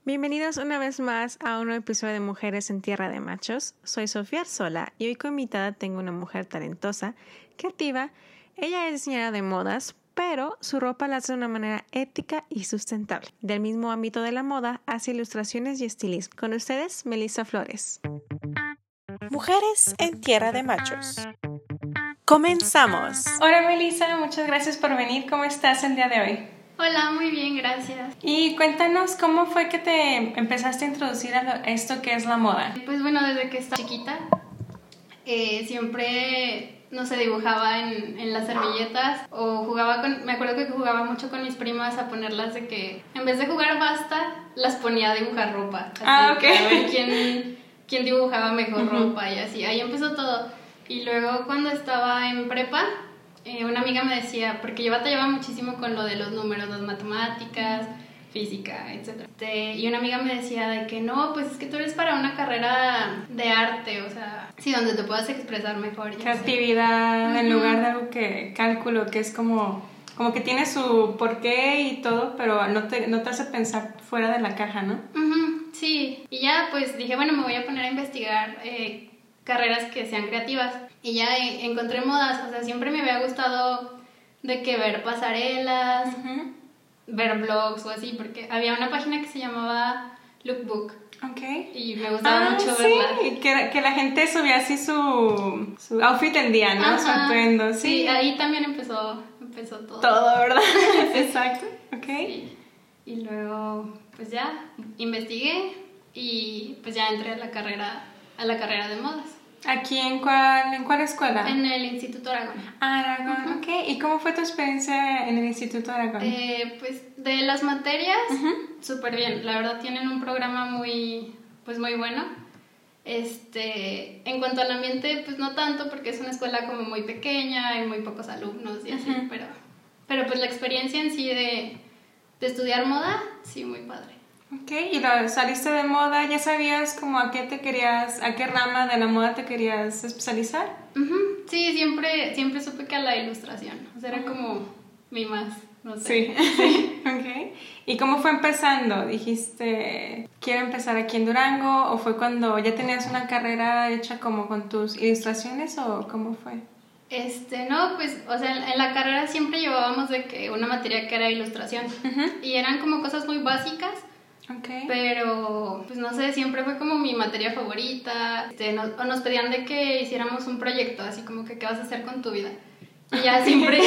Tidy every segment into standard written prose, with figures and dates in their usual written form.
Bienvenidos una vez más a un nuevo episodio de Mujeres en Tierra de Machos. Soy Sofía Arzola y hoy como invitada tengo una mujer talentosa, creativa. Ella es diseñadora de modas, pero su ropa la hace de una manera ética y sustentable. Del mismo ámbito de la moda, hace ilustraciones y estilismo. Con ustedes, Melissa Flores. Mujeres en Tierra de Machos. ¡Comenzamos! Hola Melissa, muchas gracias por venir. ¿Cómo estás el día de hoy? Hola, muy bien, gracias. Y cuéntanos cómo fue que te empezaste a introducir a esto que es la moda. Pues bueno, desde que estaba chiquita, siempre, no sé, dibujaba en las servilletas o jugaba me acuerdo que jugaba mucho con mis primas a ponerlas de que, en vez de jugar basta, las ponía a dibujar ropa. Así, ok. A ver quién dibujaba mejor ropa y así. Ahí empezó todo. Y luego cuando estaba en prepa, una amiga me decía, porque yo batallaba muchísimo con lo de los números, las matemáticas, física, etc. Y una amiga me decía de que no, pues es que tú eres para una carrera de arte, o sea, sí, donde te puedas expresar mejor. Creatividad, en lugar de algo que cálculo, que es como que tiene su porqué y todo, pero no te hace pensar fuera de la caja, ¿no? Sí, y ya pues dije, bueno, me voy a poner a investigar carreras que sean creativas. Y ya encontré modas, o sea, siempre me había gustado de que ver pasarelas, ver blogs o así, porque había una página que se llamaba Lookbook. Okay. Y me gustaba mucho verla. Sí, que la gente subía así su outfit del día, ¿no? Ajá. Su atuendo, sí. Sí, ahí también empezó todo. Todo, ¿verdad? Exacto, ok. Sí. Y luego, pues ya, investigué y pues ya entré a la carrera de modas. ¿Aquí en cuál escuela? En el Instituto Aragón. Aragón, ok. ¿Y cómo fue tu experiencia en el Instituto Aragón? Pues de las materias, súper bien. La verdad tienen un programa muy bueno. En cuanto al ambiente, pues no tanto, porque es una escuela como muy pequeña, hay muy pocos alumnos y así, pero pues la experiencia en sí de estudiar moda, sí, muy padre. Ok, y saliste de moda, ¿ya sabías como a qué rama de la moda te querías especializar? Sí, siempre supe que a la ilustración, o sea, era como mi más, no sé. Sí. Ok. ¿Y cómo fue empezando? ¿Dijiste, quiero empezar aquí en Durango? ¿O fue cuando ya tenías una carrera hecha como con tus ilustraciones o cómo fue? No, pues, o sea, en la carrera siempre llevábamos de que una materia que era ilustración y eran como cosas muy básicas. Okay. Pero, pues no sé, siempre fue como mi materia favorita. O nos pedían de que hiciéramos un proyecto, así como que qué vas a hacer con tu vida. Y ya siempre...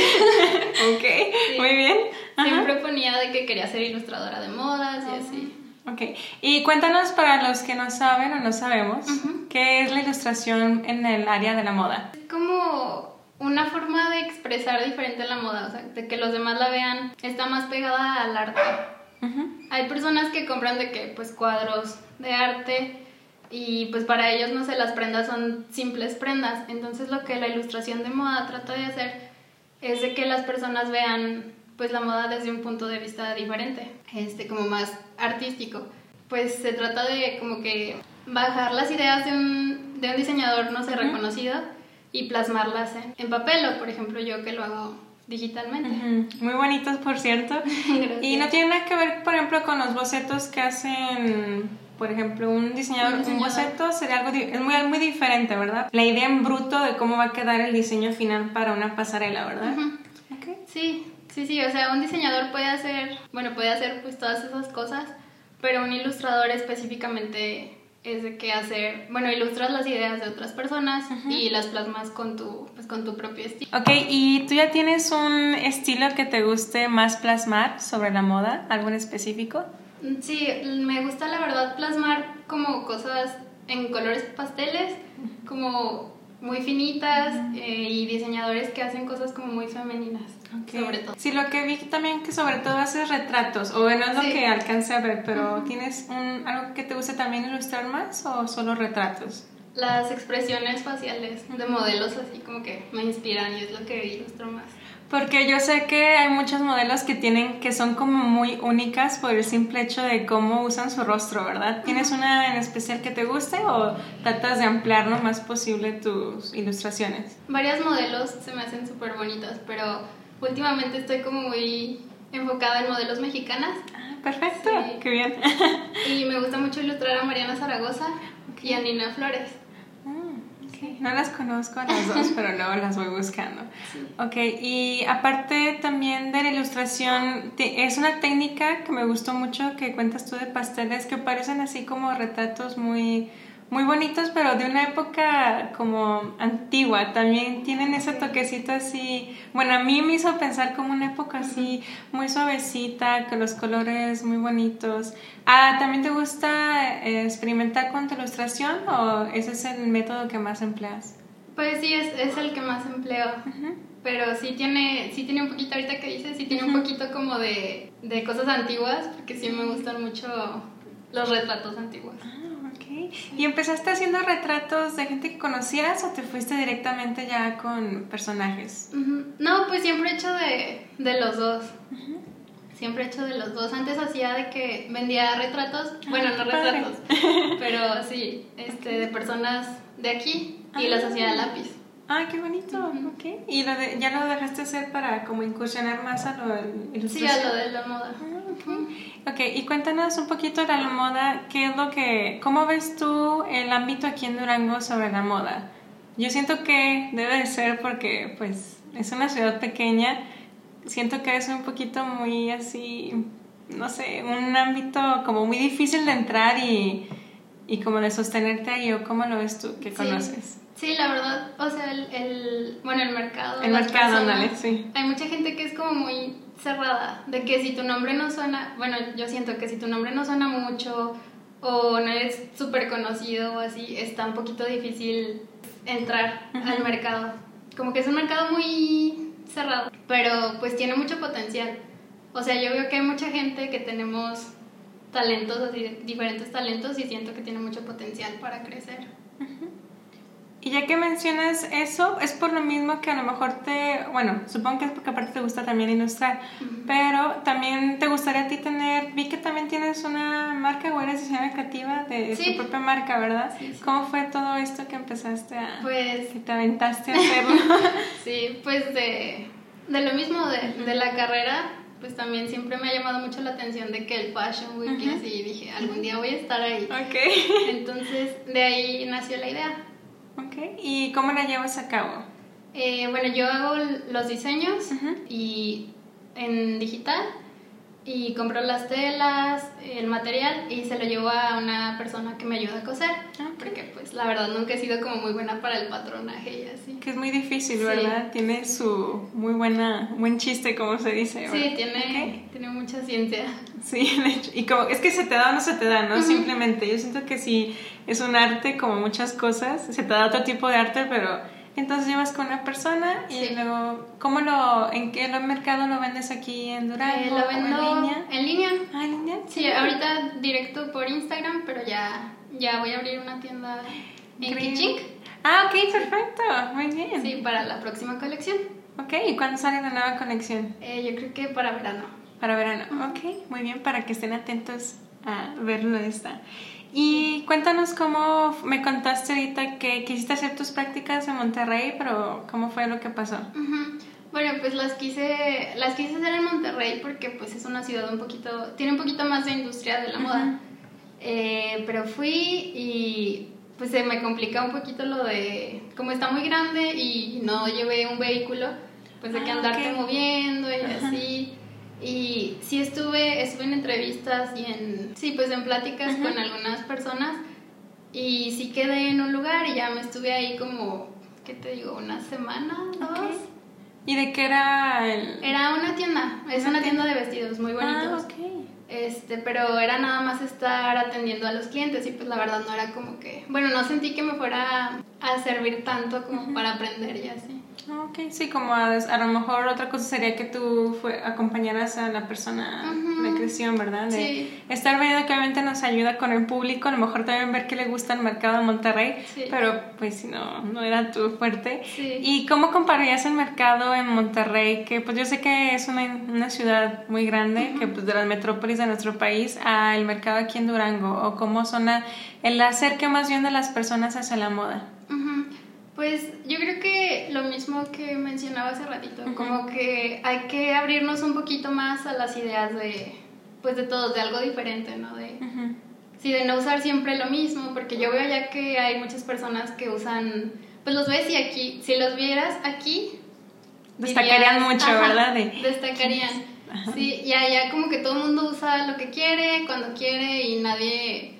Ok, sí, muy bien. Siempre ponía de que quería ser ilustradora de modas y así. Ok, y cuéntanos para los que no saben o no sabemos, ¿qué es la ilustración en el área de la moda? Es como una forma de expresar diferente la moda, o sea, de que los demás la vean, está más pegada al arte. Hay personas que compran de que pues cuadros de arte y pues para ellos, no sé, las prendas son simples prendas. Entonces lo que la ilustración de moda trata de hacer es de que las personas vean pues la moda desde un punto de vista diferente, como más artístico. Pues se trata de como que bajar las ideas de un diseñador, no sé, reconocido y plasmarlas en papel, o por ejemplo yo que lo hago digitalmente. Muy bonitos, por cierto. Y no tiene nada que ver, por ejemplo, con los bocetos que hacen, por ejemplo, un diseñador. Un boceto sería algo es muy diferente, ¿verdad? La idea en bruto de cómo va a quedar el diseño final para una pasarela, ¿verdad? Okay. Sí, o sea, un diseñador puede hacer pues todas esas cosas, pero un ilustrador específicamente es de que ilustras las ideas de otras personas y las plasmas con tu propio estilo. Ok, ¿y tú ya tienes un estilo que te guste más plasmar sobre la moda? ¿Algo en específico? Sí, me gusta la verdad plasmar como cosas en colores pasteles, como muy finitas, y diseñadores que hacen cosas como muy femeninas, sobre todo. Sí, lo que vi también que sobre todo haces retratos, o bueno, es lo que alcancé a ver, pero ¿tienes algo que te guste también ilustrar más o solo retratos? Las expresiones faciales de modelos así como que me inspiran y es lo que ilustro más. Porque yo sé que hay muchos modelos que son como muy únicas por el simple hecho de cómo usan su rostro, ¿verdad? ¿Tienes una en especial que te guste o tratas de ampliar lo más posible tus ilustraciones? Varias modelos se me hacen súper bonitas, pero últimamente estoy como muy enfocada en modelos mexicanas. Perfecto, Sí. qué bien. Y me gusta mucho ilustrar a Mariana Zaragoza y a Nina Flores. Okay. No las conozco a las dos, pero luego las voy buscando. Sí. Ok, y aparte también de la ilustración, es una técnica que me gustó mucho que cuentas tú de pasteles que parecen así como retratos muy, muy bonitos, pero de una época como antigua. También tienen ese toquecito así, bueno, a mí me hizo pensar como una época así muy suavecita, con los colores muy bonitos. ¿También te gusta experimentar con tu ilustración o ese es el método que más empleas? Pues sí, es el que más empleo. Pero sí tiene un poquito, ahorita que dices, sí tiene un poquito como de cosas antiguas, porque sí me gustan mucho los retratos antiguos. Ok. ¿Y empezaste haciendo retratos de gente que conocías o te fuiste directamente ya con personajes? No, pues siempre he hecho de los dos. Siempre he hecho de los dos. Antes hacía de que vendía retratos, bueno, no retratos, pero sí, de personas de aquí y las hacía a lápiz. ¡Ay, qué bonito! Okay. ¿Y ya lo dejaste hacer para como incursionar más a lo de ilustración? Sí, a lo de la moda. Ok, y cuéntanos un poquito de la moda, ¿cómo ves tú el ámbito aquí en Durango sobre la moda? Yo siento que debe de ser porque pues es una ciudad pequeña, siento que es un poquito muy así, no sé, un ámbito como muy difícil de entrar y como de sostenerte ahí, ¿o cómo lo ves tú que conoces? Sí, la verdad, o sea, el mercado. El mercado, ándale, sí. Hay mucha gente que es como muy cerrada, de que si tu nombre no suena, bueno, yo siento que si tu nombre no suena mucho o no eres súper conocido o así, está un poquito difícil entrar al mercado. Como que es un mercado muy cerrado, pero pues tiene mucho potencial. O sea, yo veo que hay mucha gente que tenemos talentos, así, diferentes talentos, y siento que tiene mucho potencial para crecer. Y ya que mencionas eso, es por lo mismo que a lo mejor supongo que es porque aparte te gusta también ilustrar, pero también te gustaría a ti vi que también tienes una marca o eres diseñadora creativa de tu propia marca, ¿verdad? Sí. ¿Cómo fue todo esto que empezaste que te aventaste a hacerlo? Sí, pues de lo mismo de la carrera, pues también siempre me ha llamado mucho la atención de que el Fashion Week y así, dije, algún día voy a estar ahí. Entonces, de ahí nació la idea. ¿Y cómo la llevas a cabo? Bueno, yo hago los diseños y en digital y compro las telas, el material y se lo llevo a una persona que me ayuda a coser, porque pues la verdad nunca he sido como muy buena para el patronaje y así. Que es muy difícil, ¿verdad? Tiene su muy buen chiste, como se dice, ¿verdad? Sí, tiene mucha ciencia. Sí, de hecho, y como es que se te da o no se te da, ¿no? Simplemente, yo siento que sí es un arte como muchas cosas, se te da otro tipo de arte, pero entonces llevas con una persona y luego, ¿en qué mercado lo vendes aquí en Durango? Lo vendo en línea. ¿En línea? ¿En línea? Sí, ahorita directo por Instagram, pero ya voy a abrir una tienda en Kichink. Ok, perfecto, muy bien. Sí, para la próxima colección. Ok, ¿y cuándo sale la nueva colección? Yo creo que para verano. Para verano, ok, muy bien, para que estén atentos a verlo esta. Y cuéntanos cómo me contaste ahorita que quisiste hacer tus prácticas en Monterrey, pero ¿cómo fue lo que pasó? Bueno, pues las quise hacer en Monterrey porque pues es una ciudad tiene un poquito más de industria de la moda. Pero fui y pues se me complica un poquito lo de, como está muy grande y no llevé un vehículo, pues de que andarte moviendo y así. Y sí estuve en entrevistas y en pláticas con algunas personas y sí quedé en un lugar y ya me estuve ahí como, ¿qué te digo? Una semana, 2. ¿Y de qué era Era una tienda, es una tienda de vestidos muy bonitos. Pero era nada más estar atendiendo a los clientes y pues la verdad no era como que, bueno, no sentí que me fuera a servir tanto como para aprender y así. Ok, sí, como a lo mejor otra cosa sería que tú acompañaras a la persona de creación, ¿verdad? De estar viendo que obviamente nos ayuda con el público, a lo mejor también ver qué le gusta el mercado de Monterrey, pero pues si no era tu fuerte. ¿Y cómo compararías el mercado en Monterrey? Que pues yo sé que es una ciudad muy grande, que pues de las metrópolis de nuestro país, al mercado aquí en Durango, o cómo son el acerque más bien de las personas hacia la moda. Pues yo creo que lo mismo que mencionaba hace ratito, como que hay que abrirnos un poquito más a las ideas pues de todos, de algo diferente, ¿no? Sí, de no usar siempre lo mismo, porque yo veo ya que hay muchas personas que usan, pues los ves y aquí, si los vieras aquí, destacarían mucho, ¿verdad? Destacarían. Ajá. Sí, y allá como que todo el mundo usa lo que quiere, cuando quiere, y nadie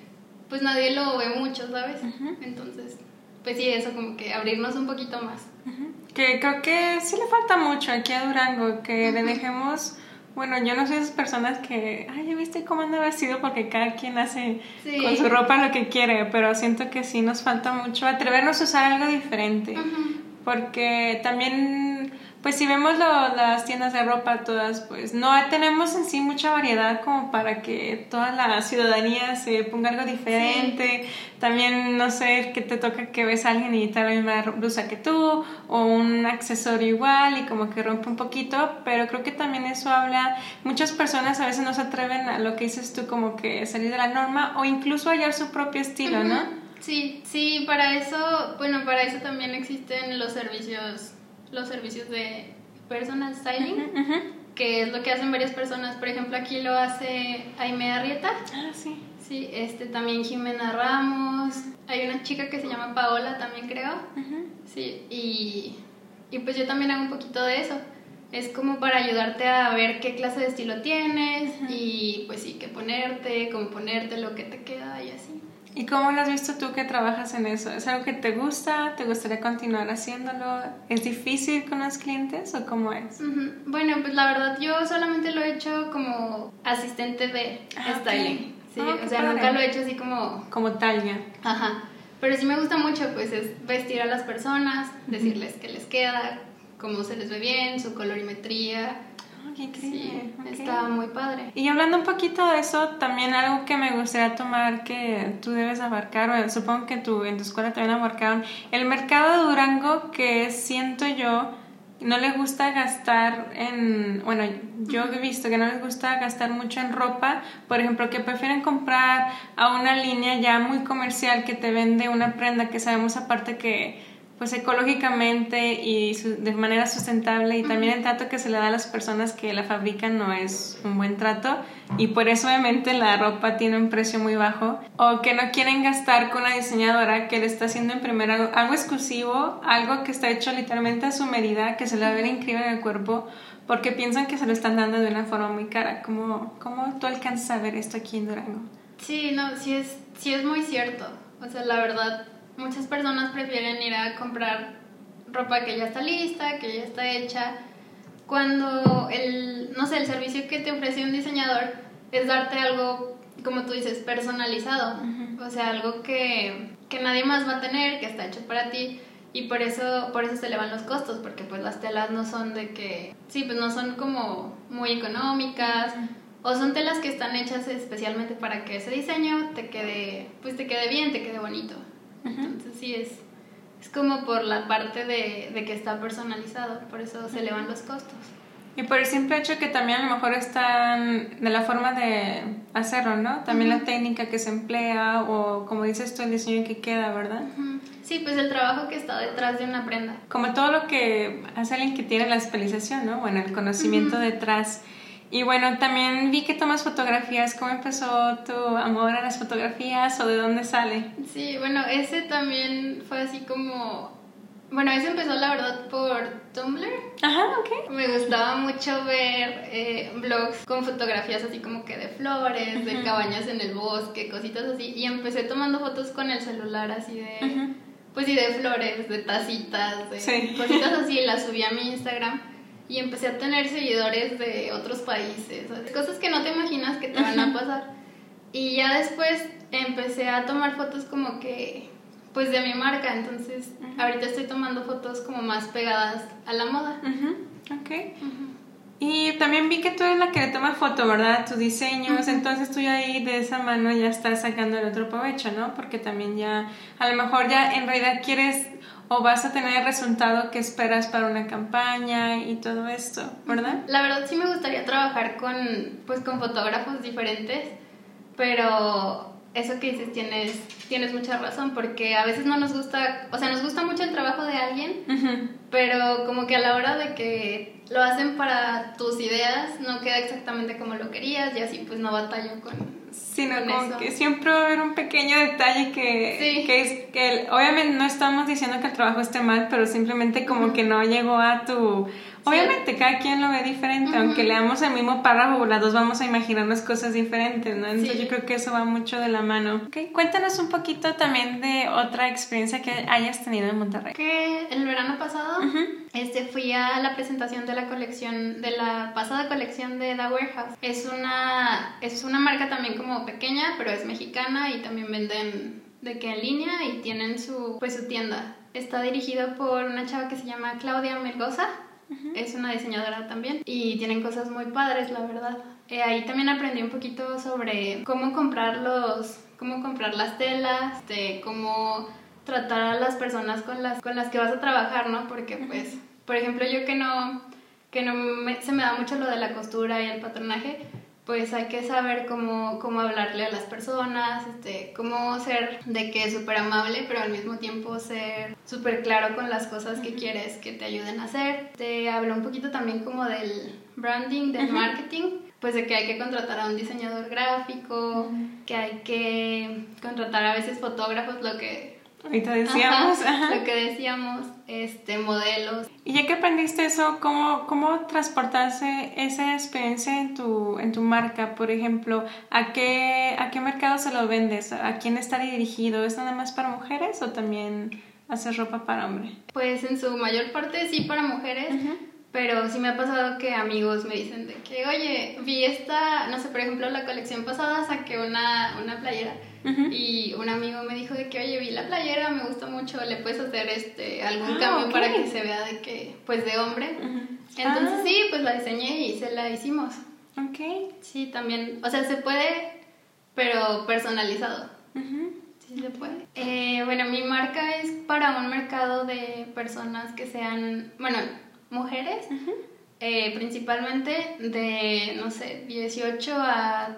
lo ve mucho, ¿sabes? Entonces, pues sí, eso, como que abrirnos un poquito más. Que creo que sí le falta mucho aquí a Durango, que le dejemos... Bueno, yo no soy de esas personas que, ay, ¿ya viste cómo anda vestido? Porque cada quien hace con su ropa lo que quiere, pero siento que sí nos falta mucho atrevernos a usar algo diferente. Porque también, pues si vemos las tiendas de ropa todas, pues no tenemos en sí mucha variedad como para que toda la ciudadanía se ponga algo diferente. También, no sé, que te toca que ves a alguien y trae la misma blusa que tú, o un accesorio igual y como que rompe un poquito, pero creo que también eso habla, muchas personas a veces no se atreven a lo que dices tú, como que salir de la norma o incluso hallar su propio estilo, ¿no? Sí, para eso también existen los servicios de personal styling, que es lo que hacen varias personas. Por ejemplo, aquí lo hace Aime Arrieta. Sí. Sí, también Jimena Ramos. Hay una chica que se llama Paola también, creo. Sí, y pues yo también hago un poquito de eso. Es como para ayudarte a ver qué clase de estilo tienes y pues sí, qué ponerte, cómo ponerte, lo que te queda y así. ¿Y cómo lo has visto tú que trabajas en eso? ¿Es algo que te gusta? ¿Te gustaría continuar haciéndolo? ¿Es difícil con los clientes o cómo es? Bueno, pues la verdad yo solamente lo he hecho como asistente de styling. Sí, o sea, nunca lo he hecho así como tal ya. Ajá. Pero sí me gusta mucho, pues, es vestir a las personas, decirles qué les queda, cómo se les ve bien, su colorimetría. Qué increíble. Sí, está muy padre. Y hablando un poquito de eso, también algo que me gustaría tomar que tú debes abarcar, o supongo que en tu escuela también abarcaron, el mercado de Durango, que siento yo, no les gusta gastar yo he visto que no les gusta gastar mucho en ropa, por ejemplo, que prefieren comprar a una línea ya muy comercial que te vende una prenda que sabemos aparte que pues ecológicamente y de manera sustentable, y también el trato que se le da a las personas que la fabrican no es un buen trato, y por eso obviamente la ropa tiene un precio muy bajo, o que no quieren gastar con una diseñadora que le está haciendo imprimir algo exclusivo, algo que está hecho literalmente a su medida, que se le va a ver increíble en el cuerpo, porque piensan que se lo están dando de una forma muy cara. ¿Cómo tú alcanzas a ver esto aquí en Durango? Sí, no, sí es muy cierto. O sea, la verdad, muchas personas prefieren ir a comprar ropa que ya está lista, que ya está hecha, cuando el servicio que te ofrece un diseñador es darte algo, como tú dices, personalizado. O sea, algo que nadie más va a tener, que está hecho para ti, y por eso se elevan los costos, porque pues las telas no son pues no son como muy económicas, o son telas que están hechas especialmente para que ese diseño te quede bien, te quede bonito. Entonces sí es como por la parte de que está personalizado, por eso se elevan los costos. Y por el simple hecho que también a lo mejor están de la forma de hacerlo, ¿no? También la técnica que se emplea, o como dices tú, el diseño que queda, ¿verdad? Sí, pues el trabajo que está detrás de una prenda. Como todo lo que hace alguien que tiene la especialización, ¿no? Bueno, el conocimiento detrás. Y bueno, también vi que tomas fotografías. ¿Cómo empezó tu amor a las fotografías o de dónde sale? Sí, bueno, ese también fue así como... Bueno, ese empezó la verdad por Tumblr. Ajá, ok. Me gustaba mucho ver blogs con fotografías así como que de flores, de cabañas en el bosque, cositas así. Y empecé tomando fotos con el celular así de... Pues sí, de flores, de tacitas, de cositas así. Las subí a mi Instagram. Y empecé a tener seguidores de otros países, cosas que no te imaginas que te van a pasar. Y ya después empecé a tomar fotos como que, pues de mi marca, entonces ahorita estoy tomando fotos como más pegadas a la moda. Ok. Y también vi que tú eres la que le toma foto, ¿verdad? Tus diseños, entonces tú ya ahí de esa mano ya estás sacando el otro provecho, ¿no? Porque también ya, a lo mejor ya en realidad quieres... o vas a tener el resultado que esperas para una campaña y todo esto, ¿verdad? La verdad sí me gustaría trabajar con fotógrafos diferentes, pero eso que dices tienes mucha razón, porque a veces no nos gusta, o sea, nos gusta mucho el trabajo de alguien, pero como que a la hora de que lo hacen para tus ideas, no queda exactamente como lo querías y así pues no batallo con... Sino con como eso. que siempre va a haber un pequeño detalle que obviamente no estamos diciendo que el trabajo esté mal, pero simplemente como que no llegó a tu... Obviamente cada quien lo ve diferente, aunque leamos el mismo párrafo, las dos vamos a imaginarnos cosas diferentes, ¿no? Entonces yo creo que eso va mucho de la mano. Okay. Cuéntanos un poquito también de otra experiencia que hayas tenido en Monterrey. Que el verano pasado fui a la presentación de la colección, de la pasada colección de The Warehouse. Es una marca también como pequeña, pero es mexicana y también venden de que en línea y tienen su tienda. Está dirigido por una chava que se llama Claudia Melgoza. Es una diseñadora también y tienen cosas muy padres, la verdad. Ahí también aprendí un poquito sobre cómo comprar las telas, cómo tratar a las personas con las que vas a trabajar, ¿no? Porque pues, por ejemplo, yo se me da mucho lo de la costura y el patronaje, pues hay que saber cómo hablarle a las personas, cómo ser de que súper amable, pero al mismo tiempo ser súper claro con las cosas que quieres que te ayuden a hacer. Te hablo un poquito también como del branding, del marketing, pues de que hay que contratar a un diseñador gráfico, que hay que contratar a veces fotógrafos, lo que... Ahorita decíamos. Lo que decíamos, modelos. Y ya que aprendiste eso, ¿cómo transportarse esa experiencia en tu marca? Por ejemplo, ¿a qué mercado se lo vendes? ¿A quién está dirigido? ¿Es nada más para mujeres o también haces ropa para hombre? Pues en su mayor parte sí para mujeres, pero sí me ha pasado que amigos me dicen de que, oye, vi no sé, por ejemplo, la colección pasada saqué una playera. Y un amigo me dijo de que, oye, vi la playera, me gusta mucho, le puedes hacer algún cambio para que se vea de que, pues de hombre. Entonces sí, pues la diseñé y se la hicimos. Sí, también, o sea, se puede, pero personalizado. Sí se puede. Bueno, mi marca es para un mercado de personas que sean, bueno, mujeres, principalmente de, no sé, 18 a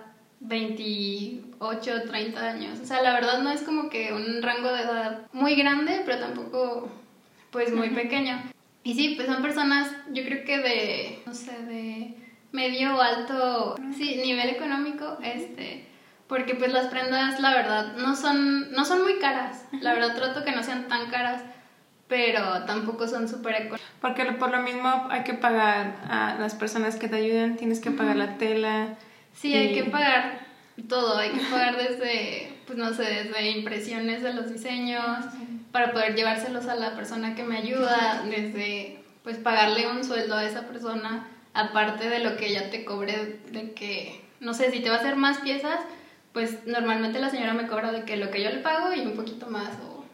28, 30 años. O sea, la verdad no es como que un rango de edad muy grande, pero tampoco pues muy pequeño. Y sí, pues son personas, yo creo que de, no sé, de medio o alto, sí, nivel económico, porque pues las prendas, la verdad, no son muy caras. La verdad trato que no sean tan caras, pero tampoco son súper económicas. Porque por lo mismo hay que pagar a las personas que te ayudan, tienes que pagar la tela. Sí, hay que pagar todo, hay que pagar desde, pues no sé, desde impresiones de los diseños, para poder llevárselos a la persona que me ayuda, desde, pues pagarle un sueldo a esa persona, aparte de lo que ella te cobre, de que, no sé, si te va a hacer más piezas, pues normalmente la señora me cobra de que lo que yo le pago y un poquito más,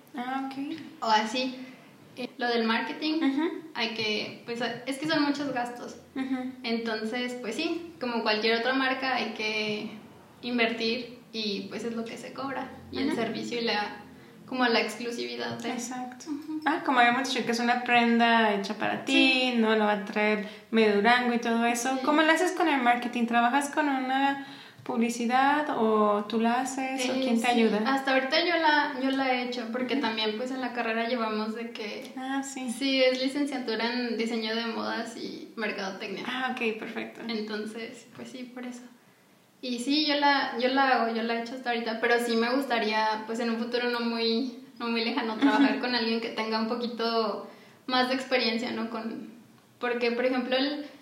o así. Lo del marketing, hay que, pues es que son muchos gastos. Entonces, pues sí, como cualquier otra marca hay que invertir y pues es lo que se cobra. Y el servicio y como la exclusividad. Exacto. Como habíamos dicho que es una prenda hecha para ti, no la va a traer medio Durango y todo eso. Sí. ¿Cómo lo haces con el marketing? ¿Trabajas con una publicidad o tú la haces o quién te ayuda? Hasta ahorita yo la he hecho porque también pues en la carrera llevamos de que sí, es licenciatura en diseño de modas y mercadotecnia. Ok, perfecto. Entonces pues sí, por eso. Y sí, yo la he hecho hasta ahorita, pero sí me gustaría pues en un futuro no muy lejano trabajar con alguien que tenga un poquito más de experiencia, ¿no? Porque por ejemplo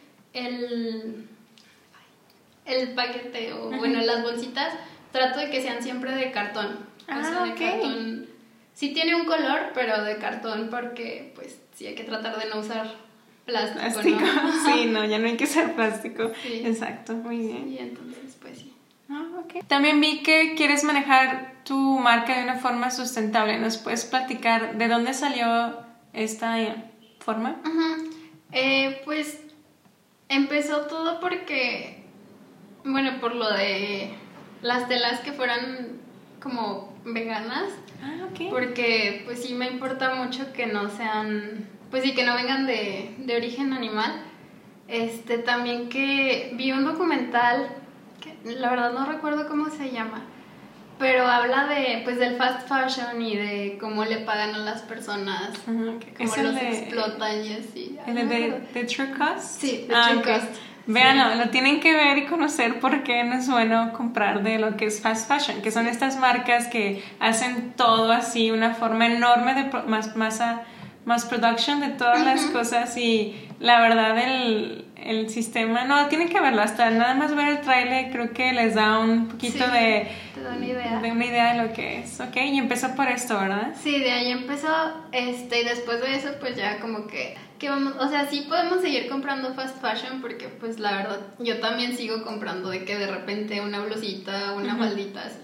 el paquete o bueno, las bolsitas, trato de que sean siempre de cartón. O sea, de cartón. Sí tiene un color, pero de cartón porque pues sí hay que tratar de no usar plástico. ¿No? Sí, no, ya no hay que usar plástico. Sí. Exacto, muy bien. Y entonces pues sí. También vi que quieres manejar tu marca de una forma sustentable. ¿Nos puedes platicar de dónde salió esta forma? Pues empezó todo porque, bueno, por lo de las telas que fueran como veganas. Porque pues sí me importa mucho que no sean, pues sí, que no vengan de origen animal. También que vi un documental, que la verdad no recuerdo cómo se llama, pero habla de, pues, del fast fashion y de cómo le pagan a las personas, cómo los explotan y así. ¿El de True Cost? Sí, de True Cost. Véanlo, lo tienen que ver y conocer por qué no es bueno comprar de lo que es fast fashion, que son estas marcas que hacen todo así, una forma enorme de más production de todas las cosas, y la verdad el sistema, no, tienen que verlo, hasta nada más ver el tráiler creo que les da un poquito te da una idea de lo que es, ¿ok? Y empezó por esto, ¿verdad? Sí, de ahí empezó, y después de eso pues ya como que vamos, o sea, sí podemos seguir comprando fast fashion porque pues la verdad yo también sigo comprando de que de repente una blusita, una faldita así,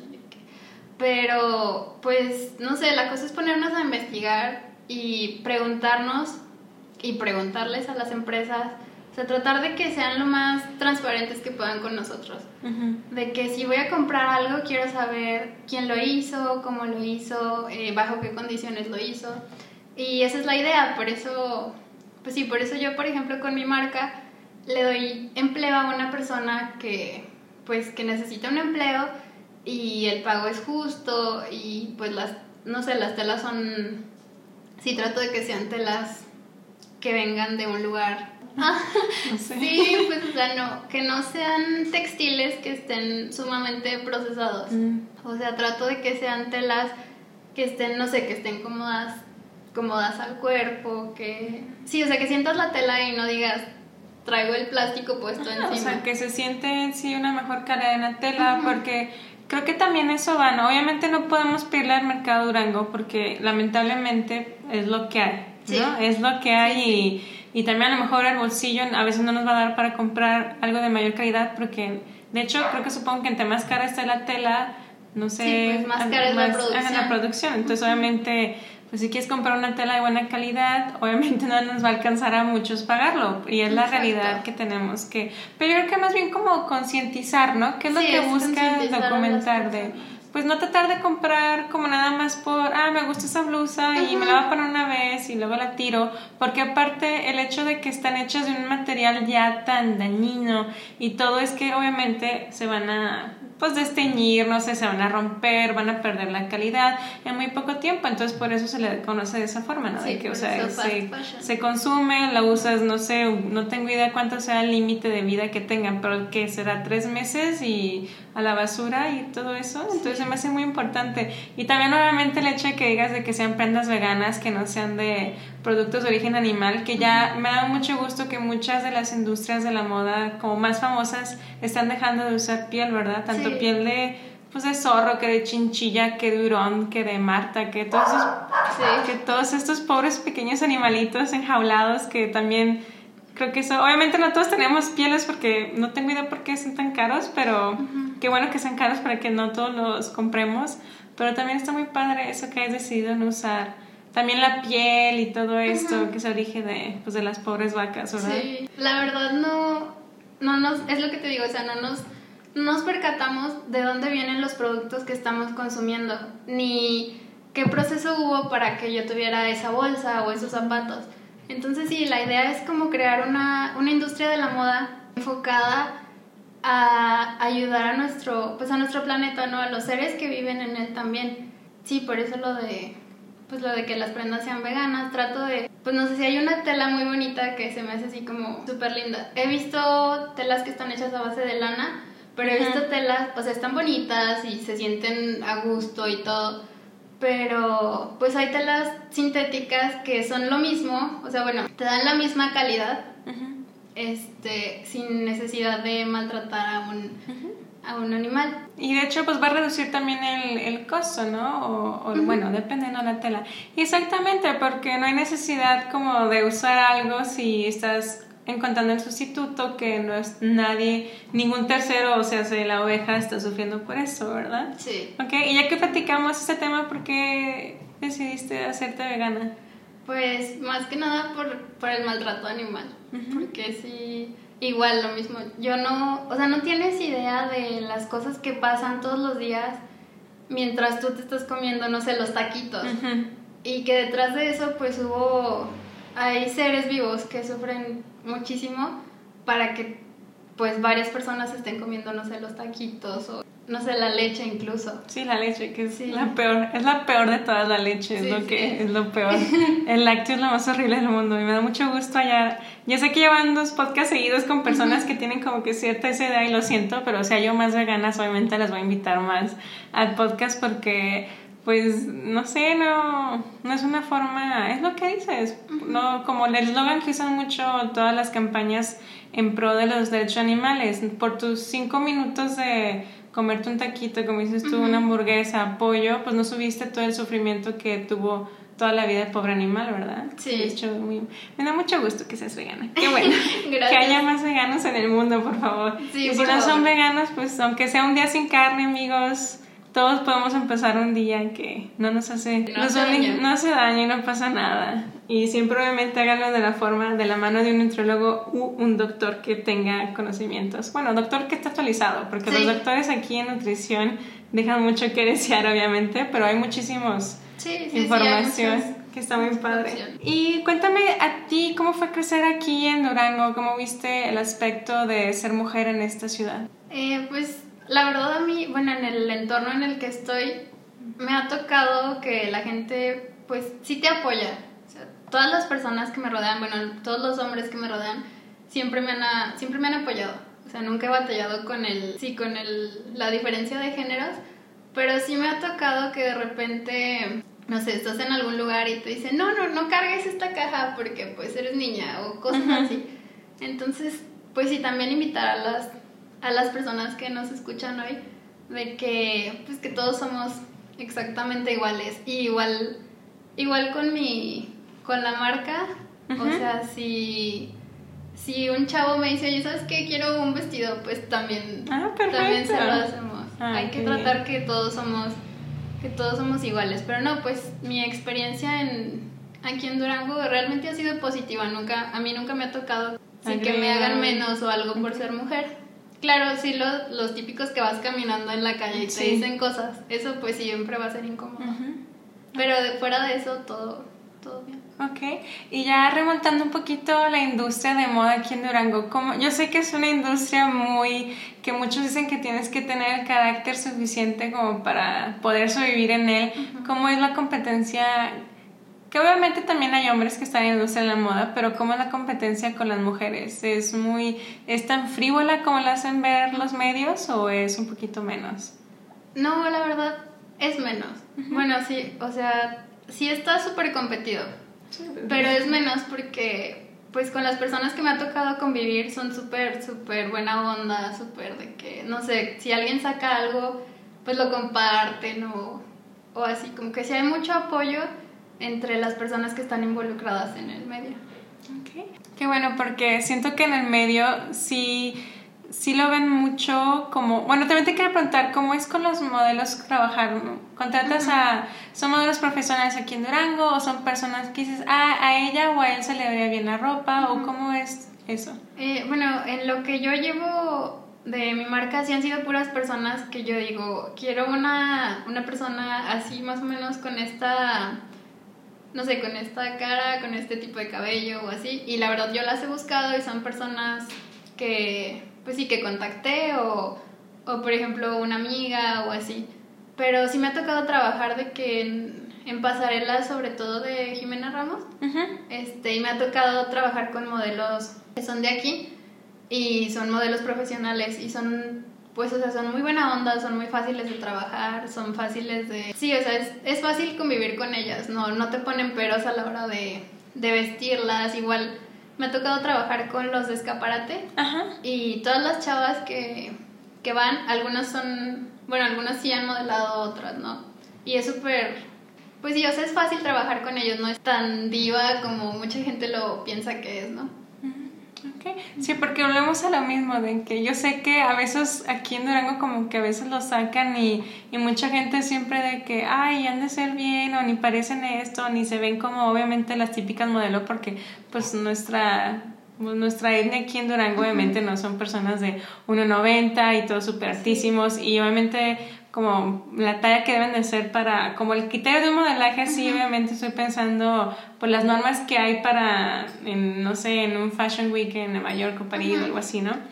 pero pues no sé, la cosa es ponernos a investigar y preguntarnos y preguntarles a las empresas, o sea, tratar de que sean lo más transparentes que puedan con nosotros. De que si voy a comprar algo, quiero saber quién lo hizo, cómo lo hizo, bajo qué condiciones lo hizo. Y esa es la idea, por eso, pues sí, por eso yo, por ejemplo, con mi marca, le doy empleo a una persona que necesita un empleo y el pago es justo y pues las telas son, sí, trato de que sean telas que vengan de un lugar. No sé. Sí, pues o sea, que no sean textiles que estén sumamente procesados. O sea, trato de que sean telas que estén, no sé, que estén cómodas al cuerpo, que sí, o sea, que sientas la tela y no digas traigo el plástico puesto encima. O sea, que se siente en sí una mejor calidad en la tela, porque creo que también eso va, ¿no? Obviamente no podemos pedirle al mercado Durango porque lamentablemente es lo que hay, ¿no? Sí. Es lo que hay, sí. Y también a lo mejor el bolsillo a veces no nos va a dar para comprar algo de mayor calidad, porque de hecho supongo que entre más cara está la tela, no sé, sí, pues más cara es la producción. Entonces obviamente, pues si quieres comprar una tela de buena calidad, obviamente no nos va a alcanzar a muchos pagarlo, y es la realidad que tenemos que, pero yo creo que más bien como concientizar, ¿no? ¿Qué es lo que busca documentar pues no tratar de comprar como nada más por, me gusta esa blusa y me la voy a poner una vez y luego la tiro, porque aparte el hecho de que están hechas de un material ya tan dañino y todo, es que obviamente se van a desteñir, no sé, se van a romper, van a perder la calidad en muy poco tiempo, entonces por eso se le conoce de esa forma, ¿no? Sí, de que, o sea, se consume, la usas, no sé, no tengo idea cuánto sea el límite de vida que tengan, pero que será 3 meses y a la basura y todo eso, entonces se me hace muy importante. Y también obviamente el hecho de que digas de que sean prendas veganas, que no sean de productos de origen animal, que ya me da mucho gusto que muchas de las industrias de la moda como más famosas están dejando de usar piel, ¿verdad? Tanto piel de zorro, que de chinchilla, que de hurón, que de marta, que todos estos pobres pequeños animalitos enjaulados, que también creo que eso, obviamente no todos tenemos pieles, porque no tengo idea por qué son tan caros, pero qué bueno que sean caros para que no todos los compremos, pero también está muy padre eso que has decidido no usar. También la piel y todo esto, que es origen de las pobres vacas, ¿verdad? Sí, la verdad no nos, es lo que te digo, o sea, no nos percatamos de dónde vienen los productos que estamos consumiendo, ni qué proceso hubo para que yo tuviera esa bolsa o esos zapatos. Entonces sí, la idea es como crear una industria de la moda enfocada a ayudar a nuestro planeta, ¿no? A los seres que viven en él también. Sí, por eso lo de que las prendas sean veganas, trato de, pues no sé, si hay una tela muy bonita que se me hace así como súper linda. He visto telas que están hechas a base de lana, pero he visto telas, o sea, están bonitas y se sienten a gusto y todo, pero pues hay telas sintéticas que son lo mismo, o sea, bueno, te dan la misma calidad, sin necesidad de maltratar a un animal. Y de hecho pues va a reducir también el costo, ¿no? O bueno, dependiendo de la tela. Y exactamente, porque no hay necesidad como de usar algo si estás encontrando el sustituto, que no es ningún tercero, o sea, si la oveja está sufriendo por eso, ¿verdad? Sí. Ok, y ya que platicamos este tema, ¿por qué decidiste hacerte vegana? Pues más que nada por el maltrato animal, porque sí, igual lo mismo, yo no tienes idea de las cosas que pasan todos los días mientras tú te estás comiendo, no sé, los taquitos, y que detrás de eso pues hay seres vivos que sufren muchísimo para que pues varias personas estén comiendo, no sé, los taquitos o, no sé, la leche incluso. Sí, la leche, que es la peor de todas, la leche, es lo peor. El lácteo es lo más horrible del mundo y me da mucho gusto hallar. Yo sé que llevan 2 podcasts seguidos con personas que tienen como que cierta esa idea y lo siento, pero o sea, yo más veganas obviamente las voy a invitar más al podcast porque pues no sé, no es una forma, es lo que dices, no, como el eslogan que usan mucho todas las campañas en pro de los derechos animales, por tus 5 minutos de comerte un taquito, como dices tú, una hamburguesa, pollo, pues no subiste todo el sufrimiento que tuvo toda la vida el pobre animal, ¿verdad? Sí. De hecho, me da mucho gusto que seas vegana. Qué bueno. Que haya más veganos en el mundo, por favor. Sí, y si no son veganos, pues aunque sea un día sin carne, amigos, todos podemos empezar un día que no nos hace no hace daño y no pasa nada. Y siempre obviamente háganlo de la mano de un nutriólogo u un doctor que tenga conocimientos. Bueno, doctor que esté actualizado, porque los doctores aquí en nutrición dejan mucho que desear obviamente, pero hay muchísimos información que está muy padre. Y cuéntame a ti, ¿cómo fue crecer aquí en Durango? ¿Cómo viste el aspecto de ser mujer en esta ciudad? Pues la verdad a mí, bueno, en el entorno en el que estoy, me ha tocado que la gente, pues, sí te apoya. O sea, todas las personas que me rodean, bueno, todos los hombres que me rodean, siempre me han apoyado. O sea, nunca he batallado con la diferencia de géneros, pero sí me ha tocado que de repente, no sé, estás en algún lugar y te dicen, no cargues esta caja porque, pues, eres niña o cosas así. Entonces, pues sí, también invitar a las personas que nos escuchan hoy, de que pues que todos somos exactamente iguales y igual con la marca. O sea, si un chavo me dice, oye, ¿sabes qué? Quiero un vestido, pues también se lo hacemos. Hay que tratar que todos somos iguales, pero no, pues mi experiencia aquí en Durango realmente ha sido positiva. A mí nunca me ha tocado que me hagan menos o algo por ser mujer. Claro, sí, los típicos que vas caminando en la calle y te dicen cosas, eso pues siempre va a ser incómodo. Pero fuera de eso, todo bien. Ok, y ya remontando un poquito la industria de moda aquí en Durango, yo sé que es una industria que muchos dicen que tienes que tener el carácter suficiente como para poder sobrevivir en él. ¿Cómo es la competencia? Que obviamente también hay hombres que están en la industria de la moda, pero ¿cómo es la competencia con las mujeres? ¿Es tan frívola como la hacen ver los medios o es un poquito menos? No, la verdad es menos. Bueno, sí, o sea, sí está súper competido, pero es menos porque pues con las personas que me ha tocado convivir son súper, súper buena onda, súper de que, no sé, si alguien saca algo, pues lo comparten o así, como que sí hay mucho apoyo entre las personas que están involucradas en el medio. Okay. Qué bueno, porque siento que en el medio sí lo ven mucho como... Bueno, también te quiero preguntar, ¿cómo es con los modelos trabajar? ¿Contratas son modelos profesionales aquí en Durango o son personas que dices, a ella o a él se le vería bien la ropa o cómo es eso? Bueno, en lo que yo llevo de mi marca sí han sido puras personas que yo digo, quiero una persona así más o menos con esta... no sé, con esta cara, con este tipo de cabello o así. Y la verdad yo las he buscado y son personas que, pues sí, que contacté o por ejemplo una amiga o así. Pero sí me ha tocado trabajar de que en pasarelas, sobre todo de Jimena Ramos. Y me ha tocado trabajar con modelos que son de aquí y son modelos profesionales y son... pues, o sea, son muy buena onda, son muy fáciles de trabajar, son fáciles de... Sí, o sea, es fácil convivir con ellas, no te ponen peros a la hora de vestirlas. Igual me ha tocado trabajar con los de escaparate. Y todas las chavas que van, algunas son... bueno, algunas sí han modelado, otras no. Y es súper... pues sí, o sea, es fácil trabajar con ellos, no es tan diva como mucha gente lo piensa que es, ¿no? Okay. Sí, porque volvemos a lo mismo, de que yo sé que a veces aquí en Durango como que a veces lo sacan y mucha gente siempre de que, ay, han de ser bien, o ni parecen esto, ni se ven como obviamente las típicas modelos, porque pues nuestra etnia aquí en Durango obviamente no son personas de 1.90 y todos súper altísimos, y obviamente como la talla que deben de ser para, como el criterio de un modelaje, sí, obviamente estoy pensando por las normas que hay para, no sé, en un Fashion Week en Nueva York o París o algo así, ¿no?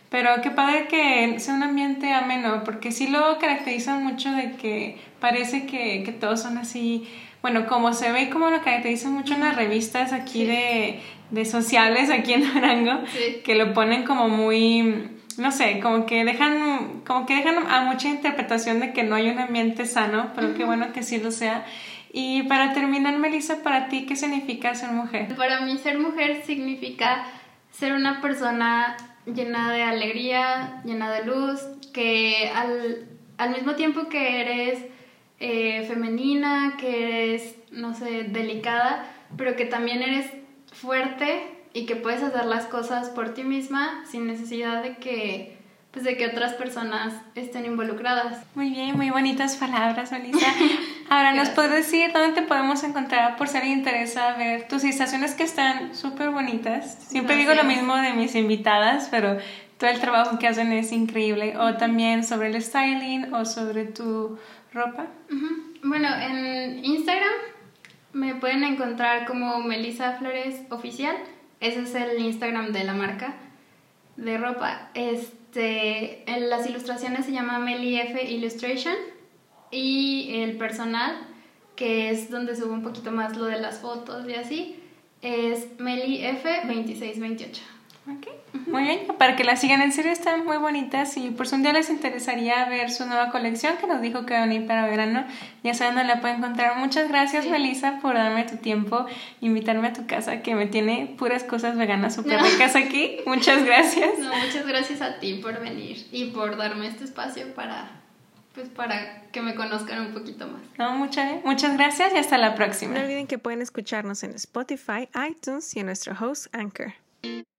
Pero qué padre que sea un ambiente ameno, porque sí lo caracteriza mucho de que parece que todos son así, bueno, como se ve, como lo caracteriza mucho en las revistas aquí de sociales aquí en Durango, que lo ponen como muy, no sé, como que dejan a mucha interpretación de que no hay un ambiente sano, pero qué bueno que sí lo sea. Y para terminar, Melissa, para ti, ¿qué significa ser mujer? Para mí ser mujer significa ser una persona llena de alegría, llena de luz, que al mismo tiempo que eres femenina, que eres, no sé, delicada, pero que también eres fuerte y que puedes hacer las cosas por ti misma sin necesidad de que otras personas estén involucradas. Muy bien, muy bonitas palabras, Melissa. Ahora, ¿nos puedes decir dónde te podemos encontrar por si alguien interesa ver tus ilustraciones que están súper bonitas? Siempre digo lo mismo de mis invitadas, pero todo el trabajo que hacen es increíble. O también sobre el styling o sobre tu ropa. Bueno, en Instagram me pueden encontrar como Melissa Flores Oficial. Ese es el Instagram de la marca de ropa. En las ilustraciones se llama Meli F Illustration, y el personal, que es donde subo un poquito más lo de las fotos y así, es Meli F 2628. Okay. Muy bien, para que la sigan, en serio están muy bonitas, y por si un día les interesaría ver su nueva colección que nos dijo que va a venir para verano, ya saben dónde la pueden encontrar. Muchas gracias, Melissa, por darme tu tiempo, invitarme a tu casa, que me tiene puras cosas veganas súper ricas aquí. Muchas gracias. No, muchas gracias a ti por venir y por darme este espacio para que me conozcan un poquito más. No, muchas gracias y hasta la próxima. No olviden que pueden escucharnos en Spotify, iTunes y en nuestro host Anchor.